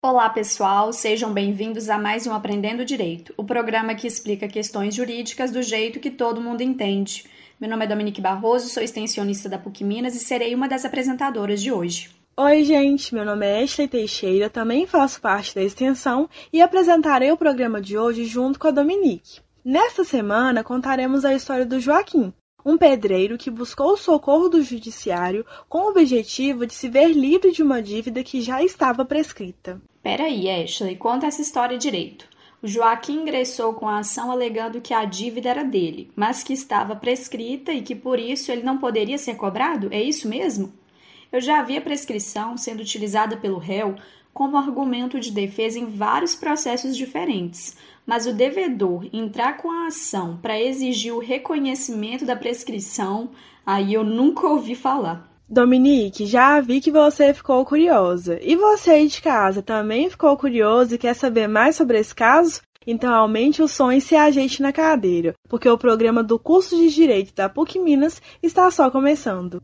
Olá, pessoal, sejam bem-vindos a mais um Aprendendo Direito, o programa que explica questões jurídicas do jeito que todo mundo entende. Meu nome é Dominique Barroso, sou extensionista da PUC Minas e serei uma das apresentadoras de hoje. Oi, gente, meu nome é Ashley Teixeira, também faço parte da extensão e apresentarei o programa de hoje junto com a Dominique. Nesta semana, contaremos a história do Joaquim, um pedreiro que buscou o socorro do judiciário com o objetivo de se ver livre de uma dívida que já estava prescrita. Peraí, Ashley, conta essa história direito. O Joaquim ingressou com a ação alegando que a dívida era dele, mas que estava prescrita e que por isso ele não poderia ser cobrado? É isso mesmo? Eu já vi a prescrição sendo utilizada pelo réu como argumento de defesa em vários processos diferentes, mas o devedor entrar com a ação para exigir o reconhecimento da prescrição, aí eu nunca ouvi falar. Dominique, já vi que você ficou curiosa. E você aí de casa também ficou curioso e quer saber mais sobre esse caso? Então aumente o som e se ajeite na cadeira, porque o programa do curso de Direito da PUC Minas está só começando.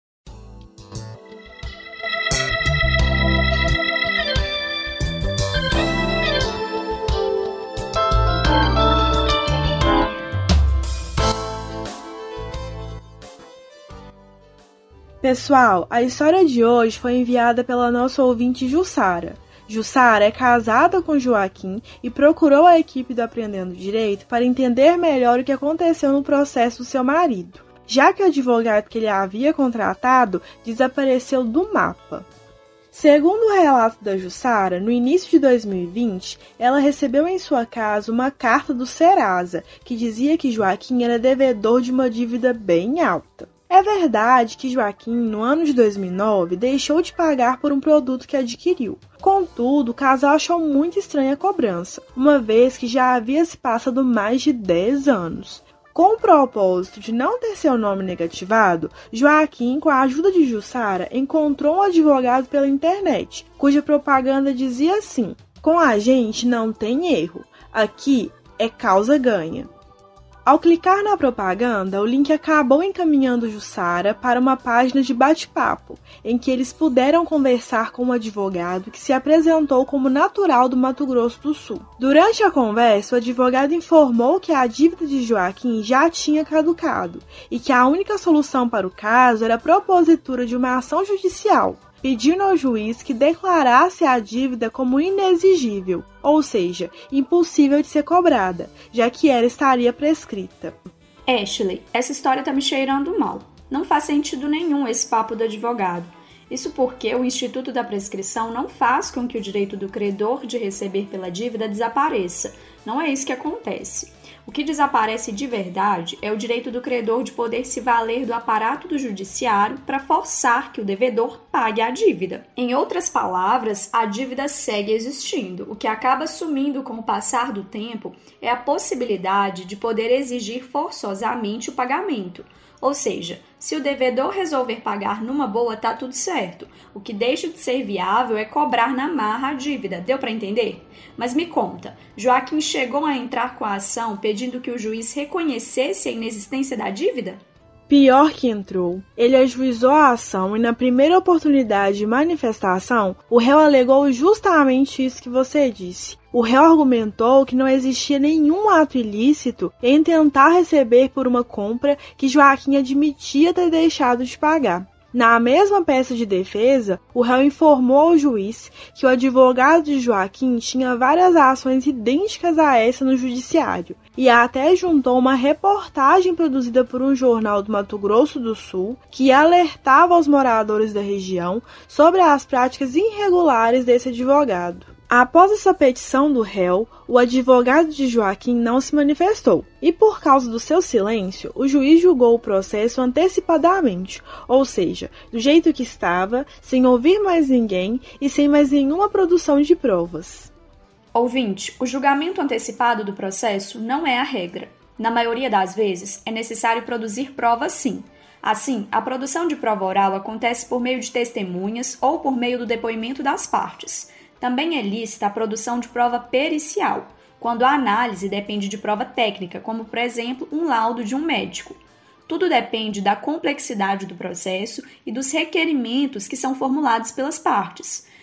Pessoal, a história de hoje foi enviada pela nossa ouvinte Jussara. Jussara é casada com Joaquim e procurou a equipe do Aprendendo Direito para entender melhor o que aconteceu no processo do seu marido, já que o advogado que ele havia contratado desapareceu do mapa. Segundo o relato da Jussara, no início de 2020, ela recebeu em sua casa uma carta do Serasa, que dizia que Joaquim era devedor de uma dívida bem alta. É verdade que Joaquim, no ano de 2009, deixou de pagar por um produto que adquiriu. Contudo, o casal achou muito estranha a cobrança, uma vez que já havia se passado mais de 10 anos. Com o propósito de não ter seu nome negativado, Joaquim, com a ajuda de Jussara, encontrou um advogado pela internet, cuja propaganda dizia assim: "Com a gente não tem erro, aqui é causa ganha". Ao clicar na propaganda, o link acabou encaminhando Jussara para uma página de bate-papo, em que eles puderam conversar com um advogado que se apresentou como natural do Mato Grosso do Sul. Durante a conversa, o advogado informou que a dívida de Joaquim já tinha caducado e que a única solução para o caso era a propositura de uma ação judicial, pedindo ao juiz que declarasse a dívida como inexigível, ou seja, impossível de ser cobrada, já que ela estaria prescrita. Ashley, essa história tá me cheirando mal. Não faz sentido nenhum esse papo do advogado. Isso porque o Instituto da Prescrição não faz com que o direito do credor de receber pela dívida desapareça. Não é isso que acontece. O que desaparece de verdade é o direito do credor de poder se valer do aparato do judiciário para forçar que o devedor pague a dívida. Em outras palavras, a dívida segue existindo. O que acaba sumindo com o passar do tempo é a possibilidade de poder exigir forçosamente o pagamento. Ou seja, se o devedor resolver pagar numa boa, tá tudo certo. O que deixa de ser viável é cobrar na marra a dívida. Deu para entender? Mas me conta, Joaquim chegou a entrar com a ação pedindo que o juiz reconhecesse a inexistência da dívida? Pior que entrou. Ele ajuizou a ação e na primeira oportunidade de manifestação, o réu alegou justamente isso que você disse. O réu argumentou que não existia nenhum ato ilícito em tentar receber por uma compra que Joaquim admitia ter deixado de pagar. Na mesma peça de defesa, o réu informou ao juiz que o advogado de Joaquim tinha várias ações idênticas a essa no judiciário e até juntou uma reportagem produzida por um jornal do Mato Grosso do Sul que alertava os moradores da região sobre as práticas irregulares desse advogado. Após essa petição do réu, o advogado de Joaquim não se manifestou e, por causa do seu silêncio, o juiz julgou o processo antecipadamente, ou seja, do jeito que estava, sem ouvir mais ninguém e sem mais nenhuma produção de provas. Ouvinte, o julgamento antecipado do processo não é a regra. Na maioria das vezes, é necessário produzir provas sim. Assim, a produção de prova oral acontece por meio de testemunhas ou por meio do depoimento das partes. Também é lícita a produção de prova pericial, quando a análise depende de prova técnica, como, por exemplo, um laudo de um médico. Tudo depende da complexidade do processo e dos requerimentos que são formulados pelas partes.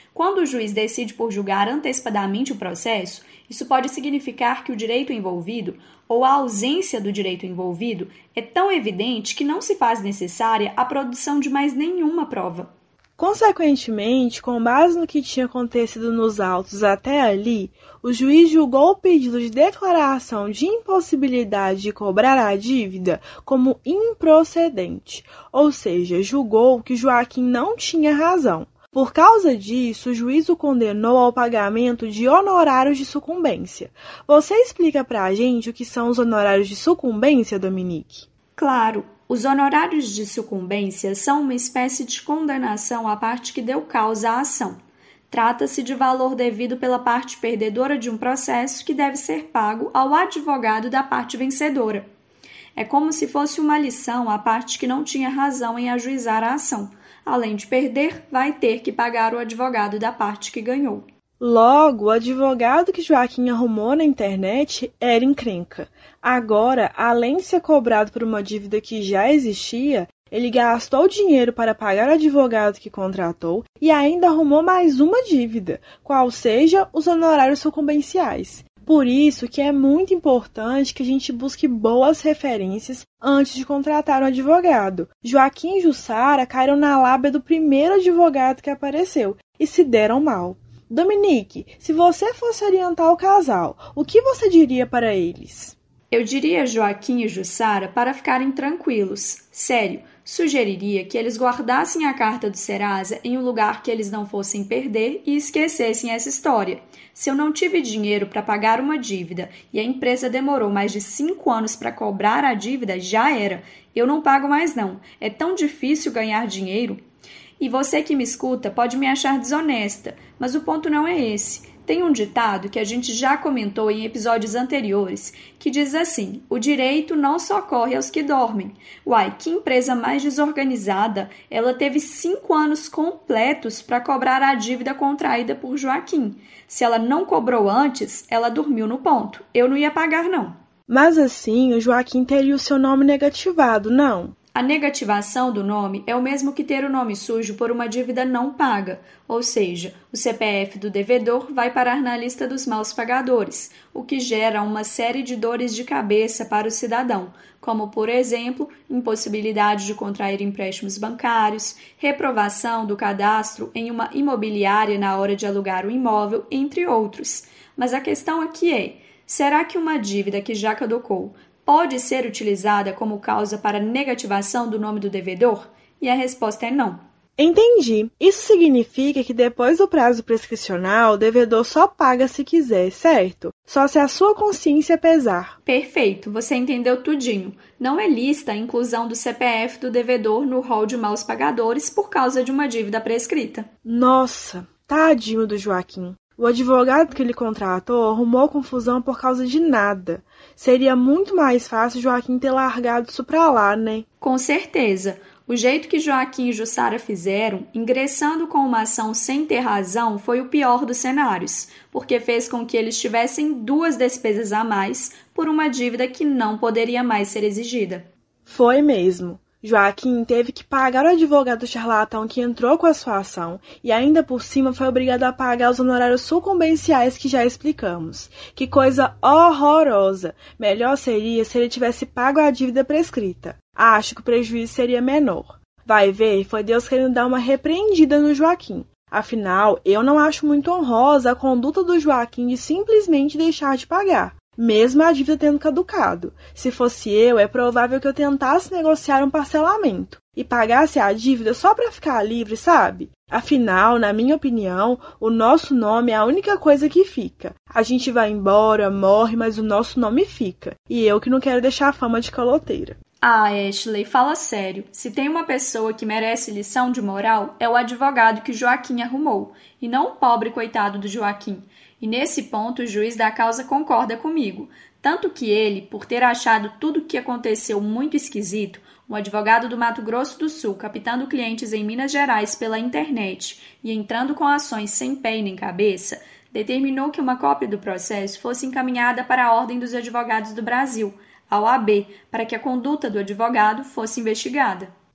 Quando o juiz decide por julgar antecipadamente o processo, isso pode significar que o direito envolvido ou a ausência do direito envolvido é tão evidente que não se faz necessária a produção de mais nenhuma prova. Consequentemente, com base no que tinha acontecido nos autos até ali, o juiz julgou o pedido de declaração de impossibilidade de cobrar a dívida como improcedente, ou seja, julgou que Joaquim não tinha razão. Por causa disso, o juiz o condenou ao pagamento de honorários de sucumbência. Você explica pra gente o que são os honorários de sucumbência, Dominique? Claro, os honorários de sucumbência são uma espécie de condenação à parte que deu causa à ação. Trata-se de valor devido pela parte perdedora de um processo que deve ser pago ao advogado da parte vencedora. É como se fosse uma lição à parte que não tinha razão em ajuizar a ação. Além de perder, vai ter que pagar o advogado da parte que ganhou. Logo, o advogado que Joaquim arrumou na internet era encrenca. Agora, além de ser cobrado por uma dívida que já existia, ele gastou dinheiro para pagar o advogado que contratou e ainda arrumou mais uma dívida, qual seja os honorários sucumbenciais. Por isso que é muito importante que a gente busque boas referências antes de contratar um advogado. Joaquim e Jussara caíram na lábia do primeiro advogado que apareceu e se deram mal. Dominique, se você fosse orientar o casal, o que você diria para eles? Eu diria a Joaquim e Jussara para ficarem tranquilos. Sério, sugeriria que eles guardassem a carta do Serasa em um lugar que eles não fossem perder e esquecessem essa história. Se eu não tive dinheiro para pagar uma dívida e a empresa demorou mais de 5 anos para cobrar a dívida, já era. Eu não pago mais não. É tão difícil ganhar dinheiro. E você que me escuta pode me achar desonesta, mas o ponto não é esse. Tem um ditado que a gente já comentou em episódios anteriores, que diz assim: o direito não socorre aos que dormem. Uai, que empresa mais desorganizada! Ela teve 5 anos completos para cobrar a dívida contraída por Joaquim. Se ela não cobrou antes, ela dormiu no ponto. Eu não ia pagar, não. Mas assim, o Joaquim teria o seu nome negativado, não? A negativação do nome é o mesmo que ter o nome sujo por uma dívida não paga, ou seja, o CPF do devedor vai parar na lista dos maus pagadores, o que gera uma série de dores de cabeça para o cidadão, como, por exemplo, impossibilidade de contrair empréstimos bancários, reprovação do cadastro em uma imobiliária na hora de alugar o imóvel, entre outros. Mas a questão aqui é: será que uma dívida que já caducou pode ser utilizada como causa para negativação do nome do devedor? E a resposta é não. Entendi. Isso significa que depois do prazo prescricional, o devedor só paga se quiser, certo? Só se a sua consciência pesar. Perfeito, você entendeu tudinho. Não é lícita a inclusão do CPF do devedor no rol de maus pagadores por causa de uma dívida prescrita. Nossa, tadinho do Joaquim. O advogado que ele contratou arrumou confusão por causa de nada. Seria muito mais fácil Joaquim ter largado isso pra lá, né? Com certeza. O jeito que Joaquim e Jussara fizeram, ingressando com uma ação sem ter razão, foi o pior dos cenários, porque fez com que eles tivessem 2 despesas a mais por uma dívida que não poderia mais ser exigida. Foi mesmo. Joaquim teve que pagar o advogado charlatão que entrou com a sua ação e ainda por cima foi obrigado a pagar os honorários sucumbenciais que já explicamos. Que coisa horrorosa! Melhor seria se ele tivesse pago a dívida prescrita. Acho que o prejuízo seria menor. Vai ver, foi Deus querendo dar uma repreendida no Joaquim. Afinal, eu não acho muito honrosa a conduta do Joaquim de simplesmente deixar de pagar, mesmo a dívida tendo caducado. Se fosse eu, é provável que eu tentasse negociar um parcelamento e pagasse a dívida só para ficar livre, sabe? Afinal, na minha opinião, o nosso nome é a única coisa que fica. A gente vai embora, morre, mas o nosso nome fica. E eu que não quero deixar a fama de caloteira. Ah, Ashley, fala sério. Se tem uma pessoa que merece lição de moral, é o advogado que Joaquim arrumou, e não o pobre coitado do Joaquim. E nesse ponto o juiz da causa concorda comigo. Tanto que ele, por ter achado tudo o que aconteceu muito esquisito, um advogado do Mato Grosso do Sul captando clientes em Minas Gerais pela internet e entrando com ações sem pé e nem cabeça, determinou que uma cópia do processo fosse encaminhada para a Ordem dos Advogados do Brasil, a OAB, para que a conduta do advogado fosse investigada.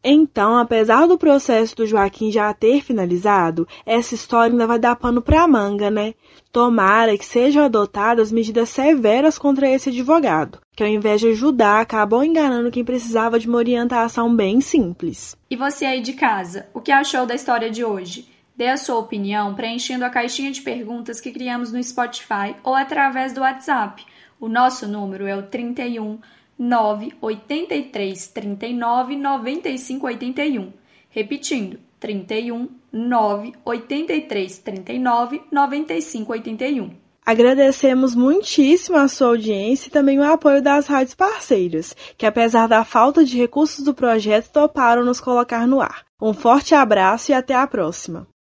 Então, apesar do processo do Joaquim já ter finalizado, essa história ainda vai dar pano pra manga, né? Tomara que sejam adotadas medidas severas contra esse advogado, que ao invés de ajudar, acabou enganando quem precisava de uma orientação bem simples. E você aí de casa, o que achou da história de hoje? Dê a sua opinião preenchendo a caixinha de perguntas que criamos no Spotify ou através do WhatsApp. O nosso número é o 31 983 39 95 81. Repetindo, 31 983 39 95 81. Agradecemos muitíssimo a sua audiência e também o apoio das rádios parceiras, que apesar da falta de recursos do projeto, toparam nos colocar no ar. Um forte abraço e até a próxima!